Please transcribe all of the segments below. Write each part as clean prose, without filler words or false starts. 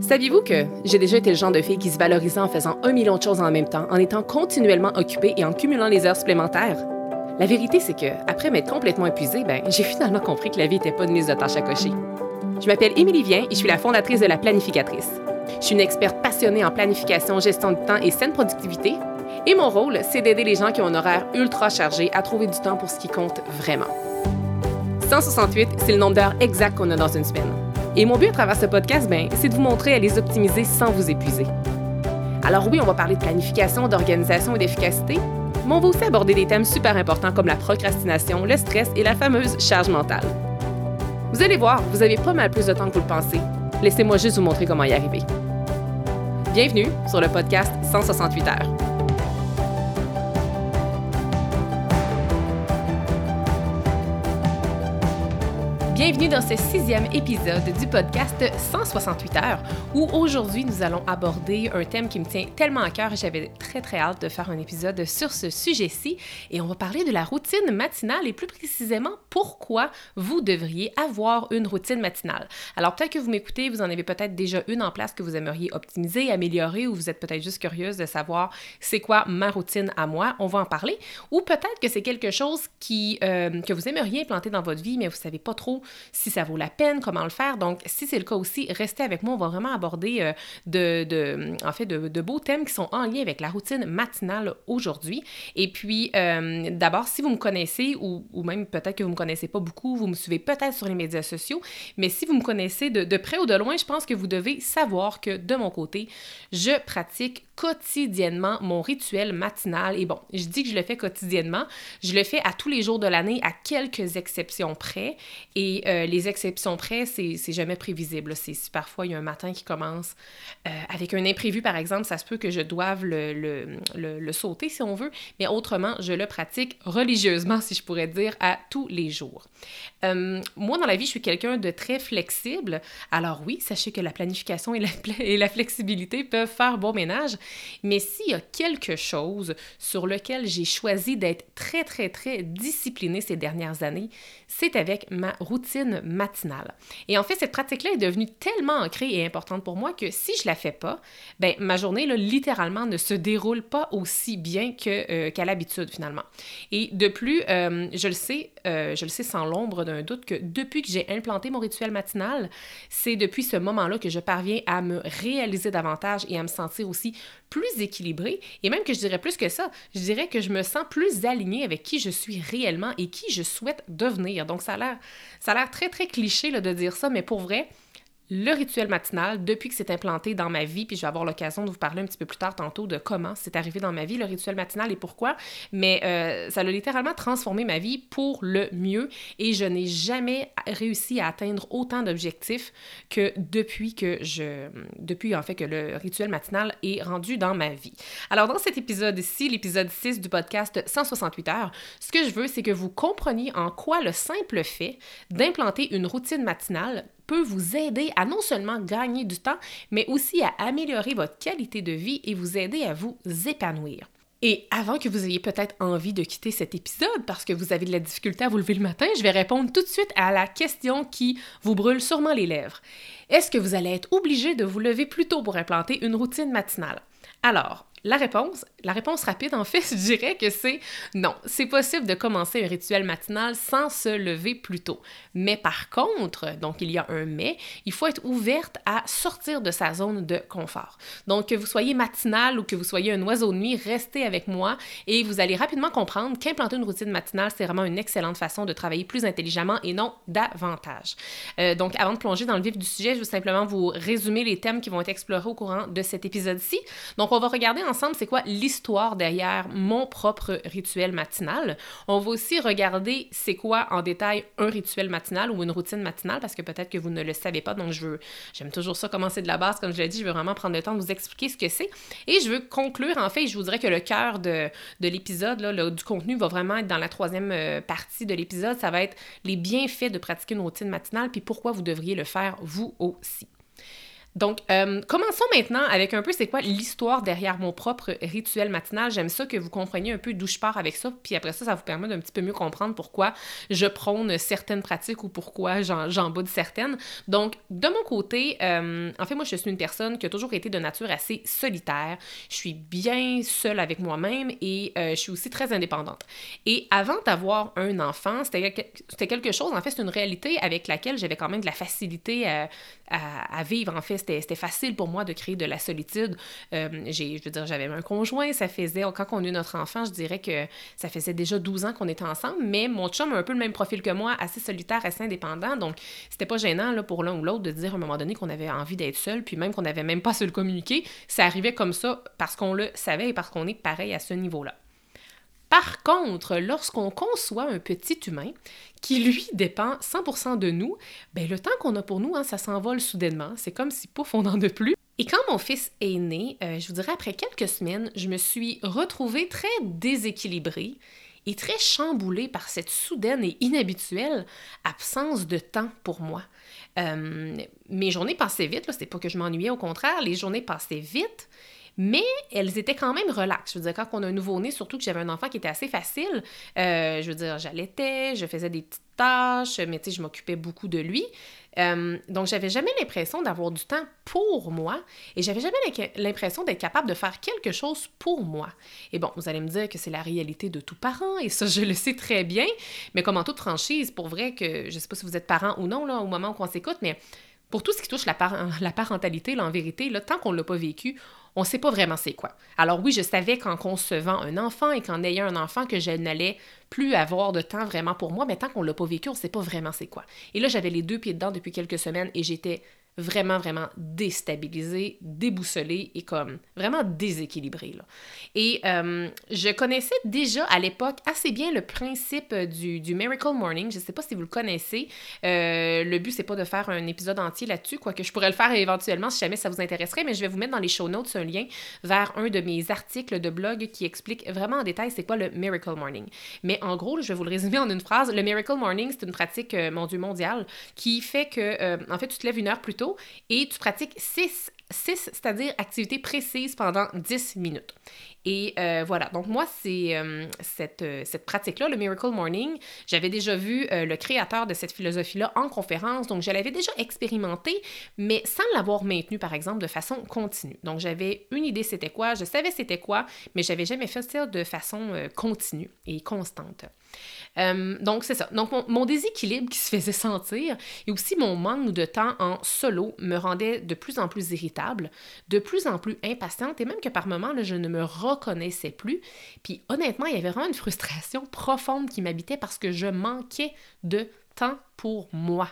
Saviez-vous que j'ai déjà été le genre de fille qui se valorisait en faisant 1 million de choses en même temps, en étant continuellement occupée et en cumulant les heures supplémentaires? La vérité, c'est que, après m'être complètement épuisée, j'ai finalement compris que la vie n'était pas une liste de tâches à cocher. Je m'appelle Émilie Vien et je suis la fondatrice de La Planificatrice. Je suis une experte passionnée en planification, gestion du temps et saine productivité. Et mon rôle, c'est d'aider les gens qui ont un horaire ultra chargé à trouver du temps pour ce qui compte vraiment. 168, c'est le nombre d'heures exact qu'on a dans une semaine. Et mon but à travers ce podcast, c'est de vous montrer à les optimiser sans vous épuiser. Alors oui, on va parler de planification, d'organisation et d'efficacité, mais on va aussi aborder des thèmes super importants comme la procrastination, le stress et la fameuse charge mentale. Vous allez voir, vous avez pas mal plus de temps que vous le pensez. Laissez-moi juste vous montrer comment y arriver. Bienvenue sur le podcast 168 heures. Bienvenue dans ce 6e épisode du podcast 168 heures où aujourd'hui nous allons aborder un thème qui me tient tellement à cœur et j'avais très hâte de faire un épisode sur ce sujet-ci et on va parler de la routine matinale et plus précisément pourquoi vous devriez avoir une routine matinale. Alors peut-être que vous m'écoutez, vous en avez peut-être déjà une en place que vous aimeriez optimiser, améliorer ou vous êtes peut-être juste curieuse de savoir c'est quoi ma routine à moi, on va en parler ou peut-être que c'est quelque chose que vous aimeriez implanter dans votre vie mais vous savez pas trop si ça vaut la peine, comment le faire. Donc, si c'est le cas aussi, restez avec moi. On va vraiment aborder de beaux thèmes qui sont en lien avec la routine matinale aujourd'hui. Et puis, d'abord, si vous me connaissez ou même peut-être que vous ne me connaissez pas beaucoup, vous me suivez peut-être sur les médias sociaux, mais si vous me connaissez de près ou de loin, je pense que vous devez savoir que de mon côté, je pratique quotidiennement mon rituel matinal. Et bon, je dis que je le fais quotidiennement. Je le fais à tous les jours de l'année, à quelques exceptions près. Et les exceptions près, c'est jamais prévisible. Si parfois il y a un matin qui commence avec un imprévu, par exemple, ça se peut que je doive le sauter, si on veut. Mais autrement, je le pratique religieusement, si je pourrais dire, à tous les jours. Moi, dans la vie, je suis quelqu'un de très flexible. Alors oui, sachez que la planification et la flexibilité peuvent faire bon ménage. Mais s'il y a quelque chose sur lequel j'ai choisi d'être très disciplinée ces dernières années, c'est avec ma routine matinale. Et en fait, cette pratique-là est devenue tellement ancrée et importante pour moi que si je la fais pas, ma journée, là, littéralement, ne se déroule pas aussi bien qu'à l'habitude, finalement. Et de plus, je le sais sans l'ombre d'un doute que depuis que j'ai implanté mon rituel matinal, c'est depuis ce moment-là que je parviens à me réaliser davantage et à me sentir aussi plus équilibrée, et même que je dirais plus que ça, je dirais que je me sens plus alignée avec qui je suis réellement et qui je souhaite devenir. Donc ça a l'air très cliché là, de dire ça, mais pour vrai, le rituel matinal, depuis que c'est implanté dans ma vie, puis je vais avoir l'occasion de vous parler un petit peu plus tard tantôt de comment c'est arrivé dans ma vie, le rituel matinal et pourquoi, mais ça a littéralement transformé ma vie pour le mieux et je n'ai jamais réussi à atteindre autant d'objectifs que depuis que le rituel matinal est rendu dans ma vie. Alors dans cet épisode-ci, l'épisode 6 du podcast 168 heures, ce que je veux, c'est que vous compreniez en quoi le simple fait d'implanter une routine matinale peut vous aider à non seulement gagner du temps, mais aussi à améliorer votre qualité de vie et vous aider à vous épanouir. Et avant que vous ayez peut-être envie de quitter cet épisode parce que vous avez de la difficulté à vous lever le matin, je vais répondre tout de suite à la question qui vous brûle sûrement les lèvres. Est-ce que vous allez être obligé de vous lever plus tôt pour implanter une routine matinale? Alors, la réponse rapide, en fait, je dirais que c'est non. C'est possible de commencer un rituel matinal sans se lever plus tôt. Mais par contre, donc il y a un mais, il faut être ouverte à sortir de sa zone de confort. Donc, que vous soyez matinal ou que vous soyez un oiseau de nuit, restez avec moi et vous allez rapidement comprendre qu'implanter une routine matinale, c'est vraiment une excellente façon de travailler plus intelligemment et non davantage. Donc, avant de plonger dans le vif du sujet, je vais simplement vous résumer les thèmes qui vont être explorés au courant de cet épisode-ci. Donc, on va regarder ensemble c'est quoi l'histoire derrière mon propre rituel matinal. On va aussi regarder c'est quoi en détail un rituel matinal ou une routine matinale parce que peut-être que vous ne le savez pas. Donc j'aime toujours ça commencer de la base comme je l'ai dit. Je veux vraiment prendre le temps de vous expliquer ce que c'est et je veux conclure en fait. Je vous dirais que le cœur de l'épisode, là, du contenu va vraiment être dans la 3e partie de l'épisode. Ça va être les bienfaits de pratiquer une routine matinale puis pourquoi vous devriez le faire vous aussi. Donc, commençons maintenant avec un peu c'est quoi l'histoire derrière mon propre rituel matinal. J'aime ça que vous compreniez un peu d'où je pars avec ça, puis après ça vous permet d'un petit peu mieux comprendre pourquoi je prône certaines pratiques ou pourquoi j'en boude certaines. Donc, de mon côté, en fait, moi, je suis une personne qui a toujours été de nature assez solitaire. Je suis bien seule avec moi-même et je suis aussi très indépendante. Et avant d'avoir un enfant, c'était quelque chose, en fait, c'est une réalité avec laquelle j'avais quand même de la facilité à vivre. En fait, c'était facile pour moi de créer de la solitude. Je veux dire, j'avais un conjoint, ça faisait, quand on a eu notre enfant, je dirais que ça faisait déjà 12 ans qu'on était ensemble, mais mon chum a un peu le même profil que moi, assez solitaire, assez indépendant, donc c'était pas gênant là, pour l'un ou l'autre de dire à un moment donné qu'on avait envie d'être seul, puis même qu'on n'avait même pas à se le communiquer, ça arrivait comme ça parce qu'on le savait et parce qu'on est pareil à ce niveau-là. Par contre, lorsqu'on conçoit un petit humain qui, lui, dépend 100% de nous, ben le temps qu'on a pour nous, ça s'envole soudainement. C'est comme si, pouf, on n'en a plus. Et quand mon fils est né, je vous dirais après quelques semaines, je me suis retrouvée très déséquilibrée et très chamboulée par cette soudaine et inhabituelle absence de temps pour moi. Mes journées passaient vite, là, c'était pas que je m'ennuyais, au contraire, les journées passaient vite, mais elles étaient quand même relax. Je veux dire, quand on a un nouveau-né, surtout que j'avais un enfant qui était assez facile, je veux dire, j'allaitais, je faisais des petites tâches, mais tu sais, je m'occupais beaucoup de lui. Donc, j'avais jamais l'impression d'avoir du temps pour moi et j'avais jamais l'impression d'être capable de faire quelque chose pour moi. Et bon, vous allez me dire que c'est la réalité de tout parent et ça, je le sais très bien, mais comme en toute franchise, pour vrai que, je sais pas si vous êtes parent ou non, là, au moment où on s'écoute, mais pour tout ce qui touche la parentalité, là, en vérité, là, tant qu'on ne l'a pas vécu, on ne sait pas vraiment c'est quoi. Alors oui, je savais qu'en concevant un enfant et qu'en ayant un enfant que je n'allais plus avoir de temps vraiment pour moi, mais tant qu'on ne l'a pas vécu, on ne sait pas vraiment c'est quoi. Et là, j'avais les 2 pieds dedans depuis quelques semaines et j'étais vraiment, vraiment déstabilisée, déboussolée et comme vraiment déséquilibrée, là. Et je connaissais déjà à l'époque assez bien le principe du Miracle Morning. Je ne sais pas si vous le connaissez. Le but, c'est pas de faire un épisode entier là-dessus, quoique je pourrais le faire éventuellement si jamais ça vous intéresserait, mais je vais vous mettre dans les show notes un lien vers un de mes articles de blog qui explique vraiment en détail c'est quoi le Miracle Morning. Mais en gros, je vais vous le résumer en une phrase. Le Miracle Morning, c'est une pratique, mondiale, qui fait que, en fait, tu te lèves 1 heure plus tôt et tu pratiques 6, c'est-à-dire activités précises pendant 10 minutes. Et voilà, donc moi, c'est cette pratique-là, le Miracle Morning, j'avais déjà vu le créateur de cette philosophie-là en conférence, donc je l'avais déjà expérimenté, mais sans l'avoir maintenu, par exemple, de façon continue. Donc j'avais une idée c'était quoi, je savais c'était quoi, mais j'avais jamais fait ça de façon continue et constante. Donc, c'est ça. Donc, mon déséquilibre qui se faisait sentir et aussi mon manque de temps en solo me rendait de plus en plus irritable, de plus en plus impatiente et même que par moments, là, je ne me reconnaissais plus. Puis, honnêtement, il y avait vraiment une frustration profonde qui m'habitait parce que je manquais de temps pour moi.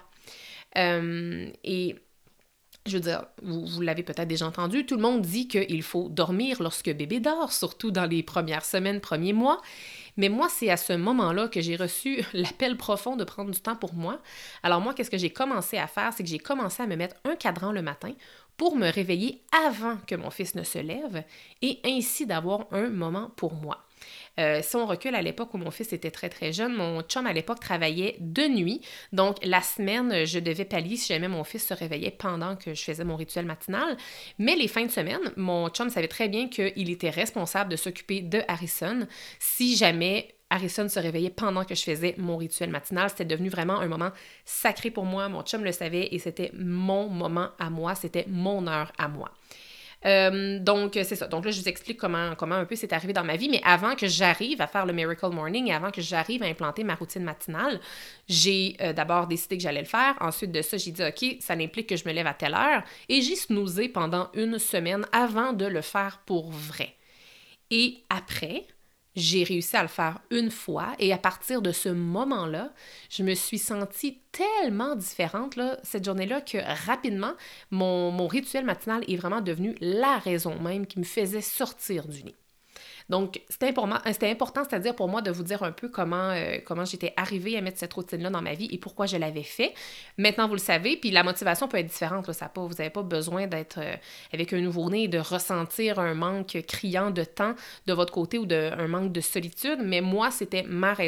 Et je veux dire, vous l'avez peut-être déjà entendu, tout le monde dit qu'il faut dormir lorsque bébé dort, surtout dans les premières semaines, premiers mois. Mais moi, c'est à ce moment-là que j'ai reçu l'appel profond de prendre du temps pour moi. Alors moi, qu'est-ce que j'ai commencé à faire? C'est que j'ai commencé à me mettre un cadran le matin pour me réveiller avant que mon fils ne se lève et ainsi d'avoir un moment pour moi. Si on recule à l'époque où mon fils était très très jeune, mon chum à l'époque travaillait de nuit, donc la semaine, je devais pallier si jamais mon fils se réveillait pendant que je faisais mon rituel matinal, mais les fins de semaine, mon chum savait très bien qu'il était responsable de s'occuper de Harrison si jamais Harrison se réveillait pendant que je faisais mon rituel matinal. C'était devenu vraiment un moment sacré pour moi, mon chum le savait et c'était mon moment à moi, c'était mon heure à moi. Donc, c'est ça. Donc là, je vous explique comment un peu c'est arrivé dans ma vie. Mais avant que j'arrive à faire le Miracle Morning et avant que j'arrive à implanter ma routine matinale, j'ai d'abord décidé que j'allais le faire. Ensuite de ça, j'ai dit, OK, ça implique que je me lève à telle heure. Et j'ai snoozé pendant 1 semaine avant de le faire pour vrai. Et après, j'ai réussi à le faire 1 fois et à partir de ce moment-là, je me suis sentie tellement différente là, cette journée-là que rapidement, mon rituel matinal est vraiment devenu la raison même qui me faisait sortir du lit. Donc, c'était important, c'est-à-dire pour moi de vous dire un peu comment j'étais arrivée à mettre cette routine-là dans ma vie et pourquoi je l'avais fait. Maintenant, vous le savez, puis la motivation peut être différente. Là, vous n'avez pas besoin d'être avec un nouveau-né et de ressentir un manque criant de temps de votre côté ou un manque de solitude, mais moi, c'était ma raison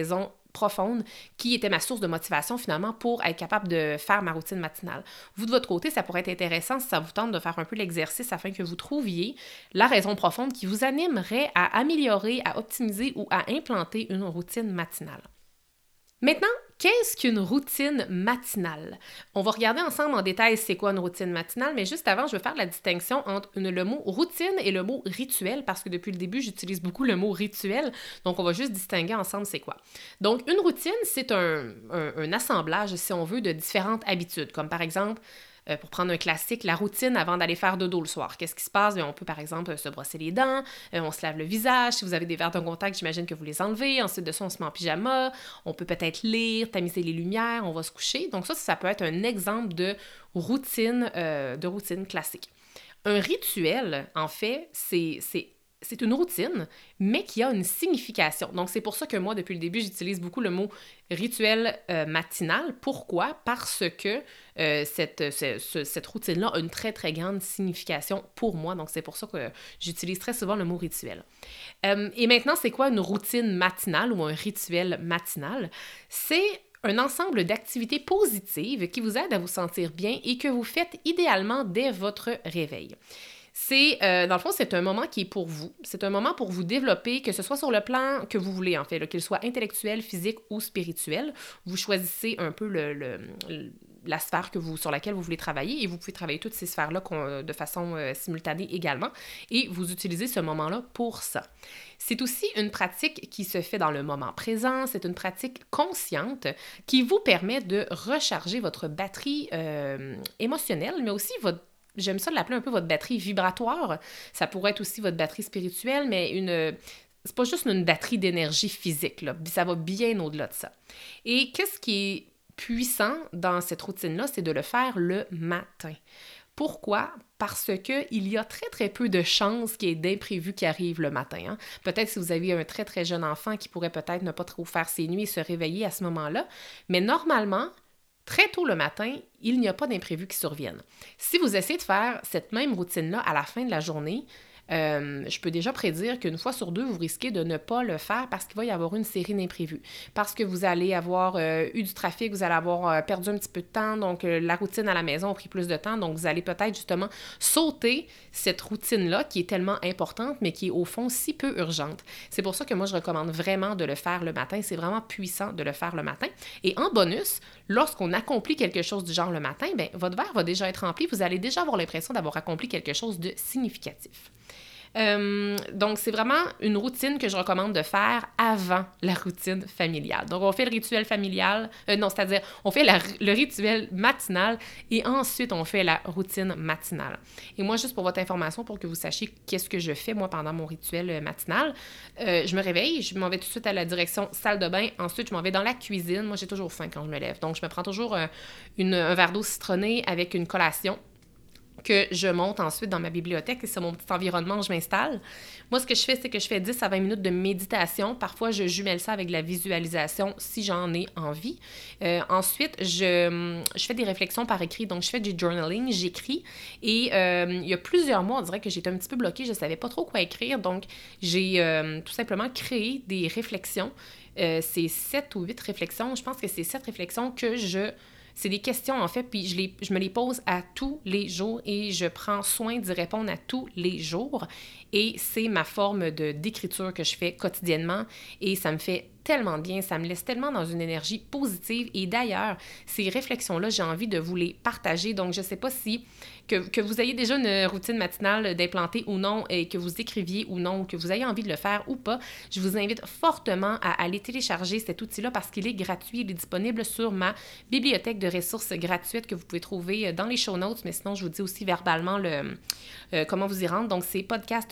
profonde qui était ma source de motivation finalement pour être capable de faire ma routine matinale. Vous, de votre côté, ça pourrait être intéressant si ça vous tente de faire un peu l'exercice afin que vous trouviez la raison profonde qui vous animerait à améliorer, à optimiser ou à implanter une routine matinale. Maintenant, qu'est-ce qu'une routine matinale? On va regarder ensemble en détail c'est quoi une routine matinale, mais juste avant, je vais faire la distinction entre le mot routine et le mot rituel, parce que depuis le début, j'utilise beaucoup le mot rituel, donc on va juste distinguer ensemble c'est quoi. Donc, une routine, c'est un assemblage, si on veut, de différentes habitudes, comme par exemple, pour prendre un classique, la routine avant d'aller faire dodo le soir. Qu'est-ce qui se passe? On peut, par exemple, se brosser les dents, on se lave le visage. Si vous avez des verres de contact, j'imagine que vous les enlevez. Ensuite de ça, on se met en pyjama. On peut peut-être lire, tamiser les lumières, on va se coucher. Donc ça peut être un exemple de routine classique. Un rituel, en fait, c'est une routine, mais qui a une signification. Donc, c'est pour ça que moi, depuis le début, j'utilise beaucoup le mot rituel matinal. Pourquoi? Parce que cette routine-là a une très, très grande signification pour moi. Donc, c'est pour ça que j'utilise très souvent le mot rituel. Et maintenant, c'est quoi une routine matinale ou un rituel matinal? C'est un ensemble d'activités positives qui vous aident à vous sentir bien et que vous faites idéalement dès votre réveil. Dans le fond, c'est un moment qui est pour vous. C'est un moment pour vous développer, que ce soit sur le plan que vous voulez, en fait, qu'il soit intellectuel, physique ou spirituel. Vous choisissez un peu la sphère sur laquelle vous voulez travailler et vous pouvez travailler toutes ces sphères-là de façon simultanée également et vous utilisez ce moment-là pour ça. C'est aussi une pratique qui se fait dans le moment présent. C'est une pratique consciente qui vous permet de recharger votre batterie émotionnelle, mais aussi j'aime ça l'appeler un peu votre batterie vibratoire. Ça pourrait être aussi votre batterie spirituelle, mais c'est pas juste une batterie d'énergie physique, là. Ça va bien au-delà de ça. Et qu'est-ce qui est puissant dans cette routine-là, c'est de le faire le matin. Pourquoi? Parce qu'il y a très, très peu de chances qu'il y ait d'imprévus qui arrivent le matin. Hein? Peut-être si vous avez un très, très jeune enfant qui pourrait peut-être ne pas trop faire ses nuits et se réveiller à ce moment-là, mais normalement, très tôt le matin, il n'y a pas d'imprévus qui surviennent. Si vous essayez de faire cette même routine-là à la fin de la journée, je peux déjà prédire qu'une fois sur deux, vous risquez de ne pas le faire parce qu'il va y avoir une série d'imprévus. Parce que vous allez avoir eu du trafic, vous allez avoir perdu un petit peu de temps, donc la routine à la maison a pris plus de temps, donc vous allez peut-être justement sauter cette routine-là qui est tellement importante, mais qui est au fond si peu urgente. C'est pour ça que moi, je recommande vraiment de le faire le matin. C'est vraiment puissant de le faire le matin. Et en bonus, lorsqu'on accomplit quelque chose du genre le matin, bien, votre verre va déjà être rempli. Vous allez déjà avoir l'impression d'avoir accompli quelque chose de significatif. Donc, c'est vraiment une routine que je recommande de faire avant la routine familiale. Donc, on fait le rituel familial, c'est-à-dire on fait le rituel matinal et ensuite on fait la routine matinale. Et moi, juste pour votre information, pour que vous sachiez qu'est-ce que je fais, moi, pendant mon rituel matinal, je me réveille, je m'en vais tout de suite à la direction salle de bain, ensuite je m'en vais dans la cuisine. Moi, j'ai toujours faim quand je me lève, donc je me prends toujours un verre d'eau citronnée avec une collation que je monte ensuite dans ma bibliothèque et c'est mon petit environnement où je m'installe. Moi, ce que je fais, c'est que je fais 10 à 20 minutes de méditation. Parfois, je jumelle ça avec de la visualisation si j'en ai envie. Ensuite, je fais des réflexions par écrit. Donc, je fais du journaling, j'écris. Et il y a plusieurs mois, on dirait que j'étais un petit peu bloquée. Je ne savais pas trop quoi écrire. Donc, j'ai tout simplement créé des réflexions. C'est 7 ou 8 réflexions. Je pense que c'est 7 réflexions que c'est des questions, en fait, puis je me les pose à tous les jours et je prends soin d'y répondre à tous les jours. Et c'est ma forme d'écriture que je fais quotidiennement et ça me fait tellement bien, ça me laisse tellement dans une énergie positive. Et d'ailleurs, ces réflexions-là, j'ai envie de vous les partager. Donc, je ne sais pas si que vous ayez déjà une routine matinale d'implanter ou non, et que vous écriviez ou non, ou que vous ayez envie de le faire ou pas, je vous invite fortement à aller télécharger cet outil-là parce qu'il est gratuit. Il est disponible sur ma bibliothèque de ressources gratuites que vous pouvez trouver dans les show notes, mais sinon, je vous dis aussi verbalement comment vous y rendre. Donc, c'est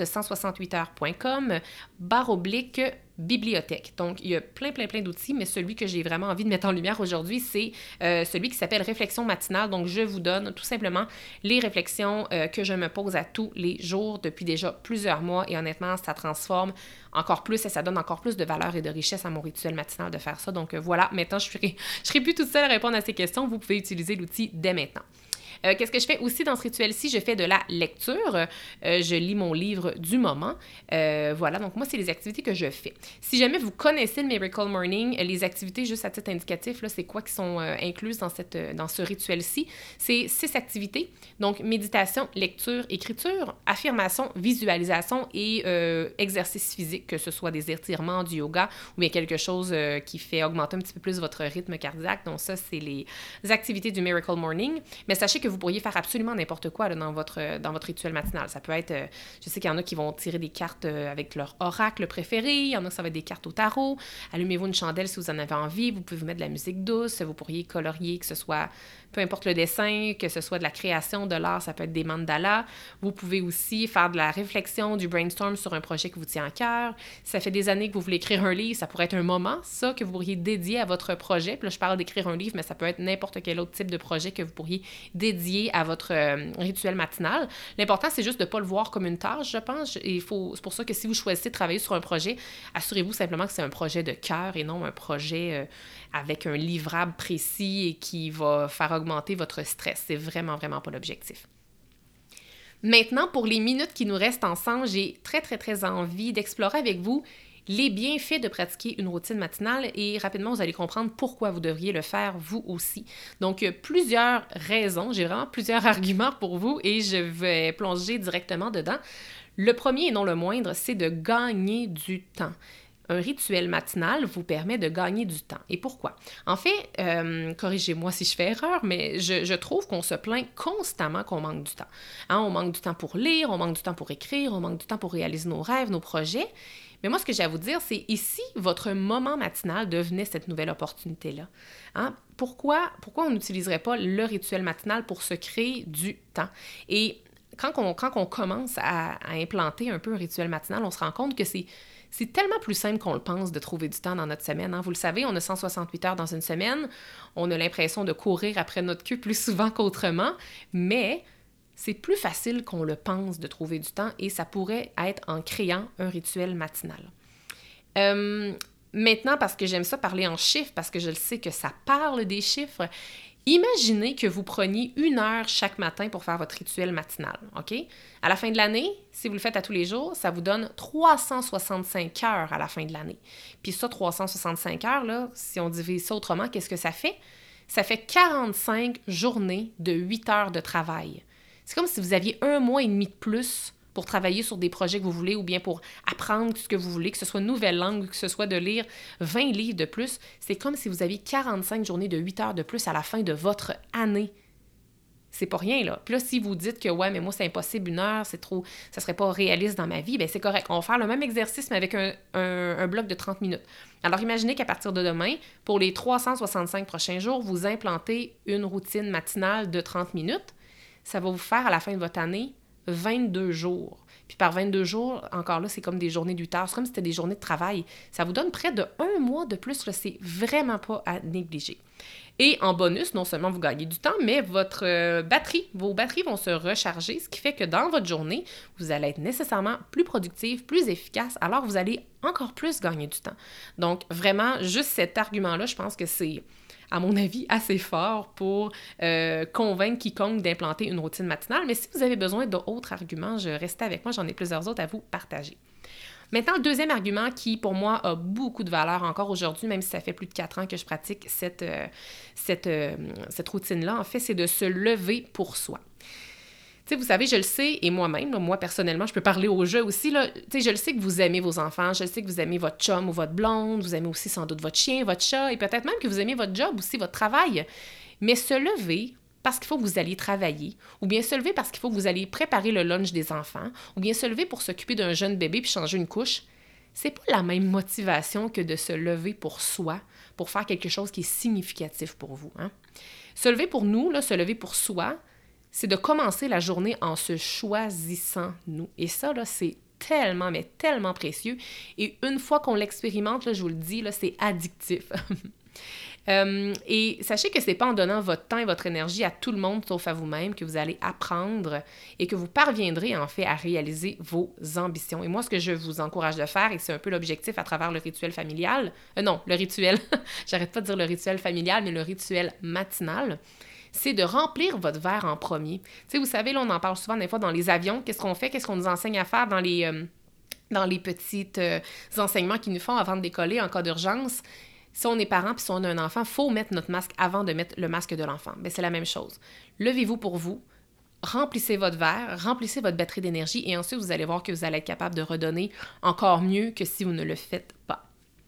podcast168heures.com/bibliothèque. Donc, il y a plein d'outils, mais celui que j'ai vraiment envie de mettre en lumière aujourd'hui, c'est celui qui s'appelle Réflexion matinale. Donc, je vous donne tout simplement les réflexions que je me pose à tous les jours depuis déjà plusieurs mois. Et honnêtement, ça transforme encore plus et ça donne encore plus de valeur et de richesse à mon rituel matinal de faire ça. Donc, voilà, maintenant, je serai plus toute seule à répondre à ces questions. Vous pouvez utiliser l'outil dès maintenant. Qu'est-ce que je fais aussi dans ce rituel-ci? Je fais de la lecture. Je lis mon livre du moment. Voilà, donc moi, c'est les activités que je fais. Si jamais vous connaissez le Miracle Morning, les activités, juste à titre indicatif, là, c'est quoi qui sont incluses dans ce rituel-ci? C'est 6 activités. Donc, méditation, lecture, écriture, affirmation, visualisation et exercice physique, que ce soit des étirements, du yoga ou bien quelque chose qui fait augmenter un petit peu plus votre rythme cardiaque. Donc ça, c'est les activités du Miracle Morning. Mais sachez que vous pourriez faire absolument n'importe quoi là, dans votre rituel matinal. Ça peut être, je sais qu'il y en a qui vont tirer des cartes avec leur oracle préféré. Il y en a que ça va être des cartes au tarot. Allumez-vous une chandelle si vous en avez envie. Vous pouvez vous mettre de la musique douce. Vous pourriez colorier, que ce soit peu importe le dessin, que ce soit de la création, de l'art, ça peut être des mandalas. Vous pouvez aussi faire de la réflexion, du brainstorm sur un projet qui vous tient à cœur. Si ça fait des années que vous voulez écrire un livre, ça pourrait être un moment, ça, que vous pourriez dédier à votre projet. Puis là, je parle d'écrire un livre, mais ça peut être n'importe quel autre type de projet que vous pourriez dédier à votre rituel matinal. L'important, c'est juste de ne pas le voir comme une tâche, je pense. C'est pour ça que si vous choisissez de travailler sur un projet, assurez-vous simplement que c'est un projet de cœur et non un projet avec un livrable précis et qui va faire augmenter votre stress. C'est vraiment, vraiment pas l'objectif. Maintenant, pour les minutes qui nous restent ensemble, j'ai très, très, très envie d'explorer avec vous les bienfaits de pratiquer une routine matinale et rapidement, vous allez comprendre pourquoi vous devriez le faire vous aussi. Donc, plusieurs raisons, j'ai vraiment plusieurs arguments pour vous et je vais plonger directement dedans. Le premier et non le moindre, c'est de gagner du temps. Un rituel matinal vous permet de gagner du temps. Et pourquoi? En fait, corrigez-moi si je fais erreur, mais je trouve qu'on se plaint constamment qu'on manque du temps. Hein, on manque du temps pour lire, on manque du temps pour écrire, on manque du temps pour réaliser nos rêves, nos projets. Mais moi, ce que j'ai à vous dire, c'est ici, votre moment matinal devenait cette nouvelle opportunité-là. Hein? Pourquoi on n'utiliserait pas le rituel matinal pour se créer du temps? Et quand on commence à implanter un peu un rituel matinal, on se rend compte que c'est tellement plus simple qu'on le pense de trouver du temps dans notre semaine. Hein? Vous le savez, on a 168 heures dans une semaine. On a l'impression de courir après notre queue plus souvent qu'autrement, mais c'est plus facile qu'on le pense de trouver du temps et ça pourrait être en créant un rituel matinal. Maintenant, parce que j'aime ça parler en chiffres, parce que je le sais que ça parle des chiffres, imaginez que vous preniez 1 heure chaque matin pour faire votre rituel matinal, OK? À la fin de l'année, si vous le faites à tous les jours, ça vous donne 365 heures à la fin de l'année. Puis ça, 365 heures, là, si on divise ça autrement, qu'est-ce que ça fait? Ça fait 45 journées de 8 heures de travail. C'est comme si vous aviez 1 mois et demi de plus pour travailler sur des projets que vous voulez ou bien pour apprendre ce que vous voulez, que ce soit une nouvelle langue, que ce soit de lire 20 livres de plus. C'est comme si vous aviez 45 journées de 8 heures de plus à la fin de votre année. C'est pas rien, là. Puis là, si vous dites que « ouais, mais moi, c'est impossible, 1 heure, c'est trop, ça serait pas réaliste dans ma vie », bien, c'est correct. On va faire le même exercice, mais avec un bloc de 30 minutes. Alors, imaginez qu'à partir de demain, pour les 365 prochains jours, vous implantez une routine matinale de 30 minutes. Ça va vous faire, à la fin de votre année, 22 jours. Puis par 22 jours, encore là, c'est comme des journées d'8 heures. C'est comme si c'était des journées de travail. Ça vous donne près de 1 mois de plus. Là, c'est vraiment pas à négliger. Et en bonus, non seulement vous gagnez du temps, mais vos batteries vont se recharger, ce qui fait que dans votre journée, vous allez être nécessairement plus productif, plus efficace, alors vous allez encore plus gagner du temps. Donc vraiment, juste cet argument-là, je pense que c'est, à mon avis, assez fort pour convaincre quiconque d'implanter une routine matinale. Mais si vous avez besoin d'autres arguments, restez avec moi, j'en ai plusieurs autres à vous partager. Maintenant, le deuxième argument qui, pour moi, a beaucoup de valeur encore aujourd'hui, même si ça fait plus de 4 ans que je pratique cette routine-là, en fait, c'est de se lever pour soi. Tu sais, vous savez, je le sais, et moi-même, là, moi, personnellement, je peux parler au jeu aussi, là, tu sais, je le sais que vous aimez vos enfants, je le sais que vous aimez votre chum ou votre blonde, vous aimez aussi sans doute votre chien, votre chat, et peut-être même que vous aimez votre job aussi, votre travail. Mais se lever parce qu'il faut que vous alliez travailler, ou bien se lever parce qu'il faut que vous alliez préparer le lunch des enfants, ou bien se lever pour s'occuper d'un jeune bébé puis changer une couche, c'est pas la même motivation que de se lever pour soi, pour faire quelque chose qui est significatif pour vous. Hein? Se lever pour nous, là, se lever pour soi, c'est de commencer la journée en se choisissant nous. Et ça, là, c'est tellement, mais tellement précieux. Et une fois qu'on l'expérimente, là, je vous le dis, là, c'est addictif. Et sachez que c'est pas en donnant votre temps et votre énergie à tout le monde, sauf à vous-même, que vous allez apprendre et que vous parviendrez en fait à réaliser vos ambitions. Et moi, ce que je vous encourage de faire, et c'est un peu l'objectif à travers le rituel familial, j'arrête pas de dire le rituel familial, mais le rituel matinal, c'est de remplir votre verre en premier. Tu sais, vous savez, là, on en parle souvent des fois dans les avions. Qu'est-ce qu'on fait? Qu'est-ce qu'on nous enseigne à faire dans les petits enseignements qu'ils nous font avant de décoller en cas d'urgence? Si on est parent puis si on a un enfant, il faut mettre notre masque avant de mettre le masque de l'enfant. Bien, c'est la même chose. Levez-vous pour vous. Remplissez votre verre, remplissez votre batterie d'énergie et ensuite, vous allez voir que vous allez être capable de redonner encore mieux que si vous ne le faites pas.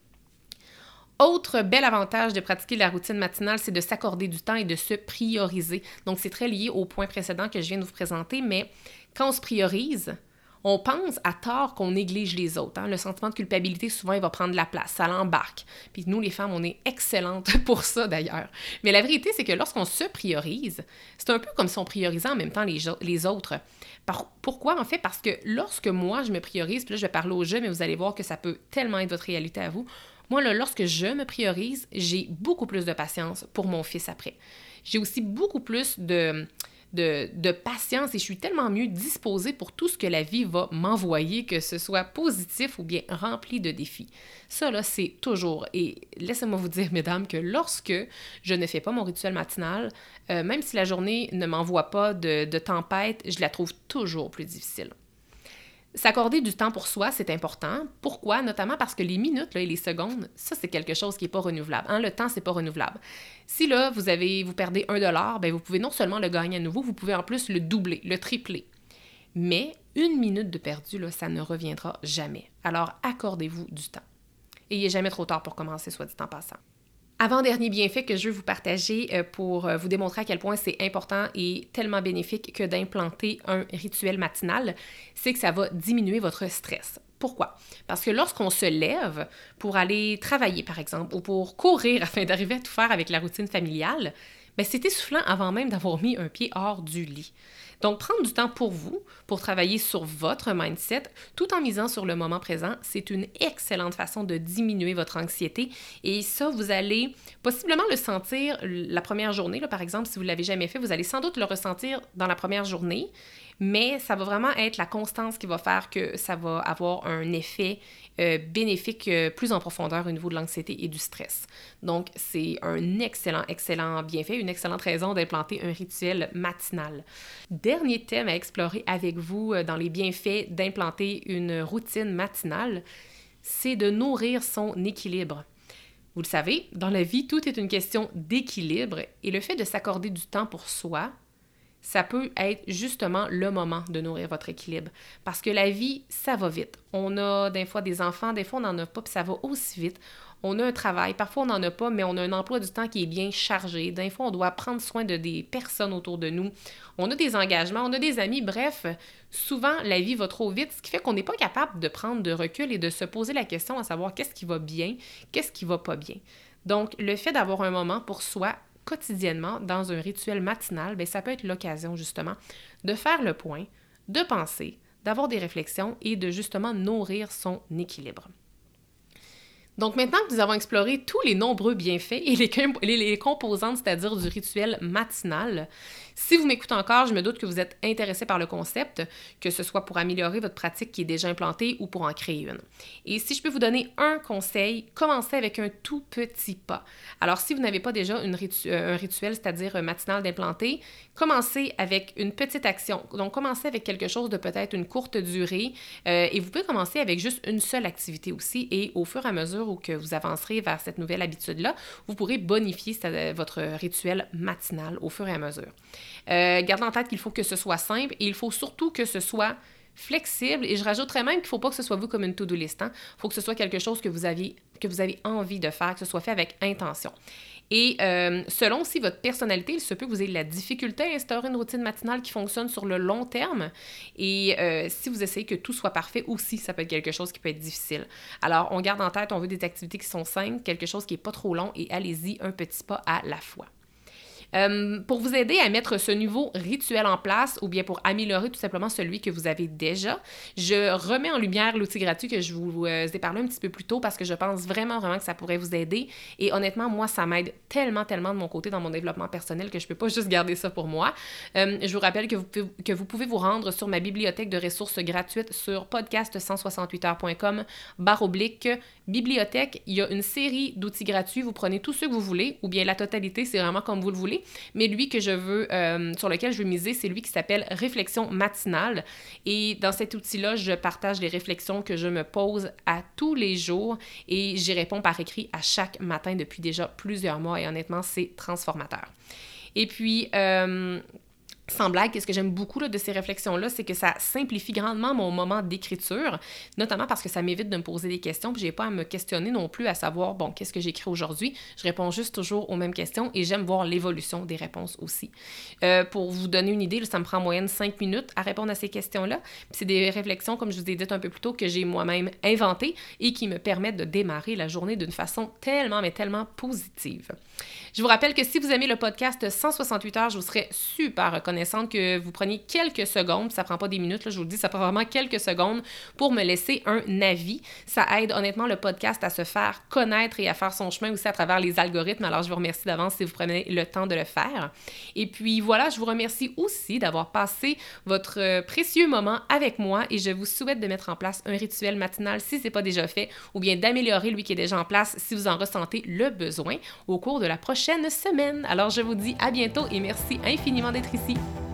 Autre bel avantage de pratiquer la routine matinale, c'est de s'accorder du temps et de se prioriser. Donc, c'est très lié au point précédent que je viens de vous présenter, mais quand on se priorise, on pense à tort qu'on néglige les autres. Hein? Le sentiment de culpabilité, souvent, il va prendre la place, ça l'embarque. Puis nous, les femmes, on est excellentes pour ça, d'ailleurs. Mais la vérité, c'est que lorsqu'on se priorise, c'est un peu comme si on priorisait en même temps les autres. Pourquoi, en fait? Parce que lorsque moi, je me priorise, puis là, je vais parler au jeu, mais vous allez voir que ça peut tellement être votre réalité à vous. Moi, là, lorsque je me priorise, j'ai beaucoup plus de patience pour mon fils après. J'ai aussi beaucoup plus de patience et je suis tellement mieux disposée pour tout ce que la vie va m'envoyer, que ce soit positif ou bien rempli de défis. Ça, là, c'est toujours, et laissez-moi vous dire, mesdames, que lorsque je ne fais pas mon rituel matinal, même si la journée ne m'envoie pas de tempête, je la trouve toujours plus difficile. S'accorder du temps pour soi, c'est important. Pourquoi? Notamment parce que les minutes là, et les secondes, ça, c'est quelque chose qui n'est pas renouvelable. Hein? Le temps, c'est pas renouvelable. Si là, vous perdez $1, bien, vous pouvez non seulement le gagner à nouveau, vous pouvez en plus le doubler, le tripler. Mais 1 minute de perdu, là, ça ne reviendra jamais. Alors, accordez-vous du temps. Et il n'est jamais trop tard pour commencer, soit dit en passant. Avant-dernier bienfait que je veux vous partager pour vous démontrer à quel point c'est important et tellement bénéfique que d'implanter un rituel matinal, c'est que ça va diminuer votre stress. Pourquoi? Parce que lorsqu'on se lève pour aller travailler, par exemple, ou pour courir afin d'arriver à tout faire avec la routine familiale, bien, c'est essoufflant avant même d'avoir mis un pied hors du lit. Donc, prendre du temps pour vous, pour travailler sur votre mindset, tout en misant sur le moment présent, c'est une excellente façon de diminuer votre anxiété. Et ça, vous allez possiblement le sentir la première journée. Là, par exemple, si vous ne l'avez jamais fait, vous allez sans doute le ressentir dans la première journée, mais ça va vraiment être la constance qui va faire que ça va avoir un effet bénéfique plus en profondeur au niveau de l'anxiété et du stress. Donc, c'est un excellent bienfait, une excellente raison d'implanter un rituel matinal. Dernier thème à explorer avec vous dans les bienfaits d'implanter une routine matinale, c'est de nourrir son équilibre. Vous le savez, dans la vie, tout est une question d'équilibre et le fait de s'accorder du temps pour soi, ça peut être justement le moment de nourrir votre équilibre. Parce que la vie, ça va vite. On a des fois des enfants, des fois on n'en a pas, puis ça va aussi vite. On a un travail, parfois on n'en a pas, mais on a un emploi du temps qui est bien chargé. Des fois, on doit prendre soin de des personnes autour de nous. On a des engagements, on a des amis, bref, souvent la vie va trop vite, ce qui fait qu'on n'est pas capable de prendre de recul et de se poser la question à savoir qu'est-ce qui va bien, qu'est-ce qui va pas bien. Donc, le fait d'avoir un moment pour soi, quotidiennement, dans un rituel matinal, bien, ça peut être l'occasion, justement, de faire le point, de penser, d'avoir des réflexions et de, justement, nourrir son équilibre. Donc, maintenant que nous avons exploré tous les nombreux bienfaits et les composantes, c'est-à-dire du rituel matinal, si vous m'écoutez encore, je me doute que vous êtes intéressé par le concept, que ce soit pour améliorer votre pratique qui est déjà implantée ou pour en créer une. Et si je peux vous donner un conseil, commencez avec un tout petit pas. Alors, si vous n'avez pas déjà un rituel, c'est-à-dire matinal d'implanter, commencez avec une petite action. Donc, commencez avec quelque chose de peut-être une courte durée et vous pouvez commencer avec juste une seule activité aussi et au fur et à mesure où que vous avancerez vers cette nouvelle habitude-là, vous pourrez bonifier votre rituel matinal au fur et à mesure. Gardez en tête qu'il faut que ce soit simple et il faut surtout que ce soit flexible et je rajouterais même qu'il ne faut pas que ce soit vu comme une to-do list. Il faut que ce soit quelque chose que vous avez envie de faire, que ce soit fait avec intention. Et selon aussi votre personnalité, il se peut que vous ayez de la difficulté à instaurer une routine matinale qui fonctionne sur le long terme. Et si vous essayez que tout soit parfait aussi, ça peut être quelque chose qui peut être difficile. Alors, on garde en tête, on veut des activités qui sont simples, quelque chose qui n'est pas trop long et allez-y un petit pas à la fois. Pour vous aider à mettre ce nouveau rituel en place ou bien pour améliorer tout simplement celui que vous avez déjà, je remets en lumière l'outil gratuit que je vous ai parlé un petit peu plus tôt parce que je pense vraiment que ça pourrait vous aider et honnêtement, moi, ça m'aide tellement de mon côté dans mon développement personnel que je peux pas juste garder ça pour moi. Je vous rappelle que vous pouvez vous rendre sur ma bibliothèque de ressources gratuites sur podcast168heures.com/bibliothèque. Il y a une série d'outils gratuits, vous prenez tous ceux que vous voulez ou bien la totalité, c'est vraiment comme vous le voulez. présenter, mais lui que je veux, sur lequel je veux miser, c'est lui qui s'appelle Réflexion matinale. Et dans cet outil-là, je partage les réflexions que je me pose à tous les jours et j'y réponds par écrit à chaque matin depuis déjà plusieurs mois et honnêtement, c'est transformateur. Et puis, sans blague, ce que j'aime beaucoup là, de ces réflexions-là, c'est que ça simplifie grandement mon moment d'écriture, notamment parce que ça m'évite de me poser des questions, puis j'ai pas à me questionner non plus à savoir, bon, qu'est-ce que j'écris aujourd'hui? Je réponds juste toujours aux mêmes questions et j'aime voir l'évolution des réponses aussi. Pour vous donner une idée, là, ça me prend en moyenne 5 minutes à répondre à ces questions-là. Puis c'est des réflexions, comme je vous ai dit un peu plus tôt, que j'ai moi-même inventées et qui me permettent de démarrer la journée d'une façon tellement, mais tellement positive. Je vous rappelle que si vous aimez le podcast 168 heures, je vous serais super reconnaissante que vous preniez quelques secondes, ça prend pas des minutes, là, je vous le dis, ça prend vraiment quelques secondes pour me laisser un avis. Ça aide honnêtement le podcast à se faire connaître et à faire son chemin aussi à travers les algorithmes. Alors, je vous remercie d'avance si vous prenez le temps de le faire. Et puis voilà, je vous remercie aussi d'avoir passé votre précieux moment avec moi et je vous souhaite de mettre en place un rituel matinal si ce n'est pas déjà fait ou bien d'améliorer lui qui est déjà en place si vous en ressentez le besoin au cours de la prochaine semaine. Alors, je vous dis à bientôt et merci infiniment d'être ici.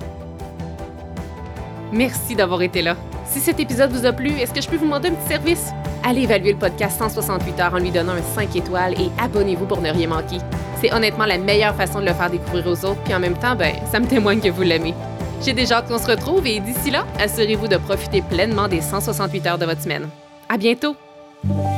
Merci d'avoir été là. Si cet épisode vous a plu, est-ce que je peux vous demander un petit service? Allez évaluer le podcast 168 heures en lui donnant un 5 étoiles et abonnez-vous pour ne rien manquer. C'est honnêtement la meilleure façon de le faire découvrir aux autres, puis en même temps, ça me témoigne que vous l'aimez. J'ai déjà hâte qu'on se retrouve et d'ici là, assurez-vous de profiter pleinement des 168 heures de votre semaine. À bientôt!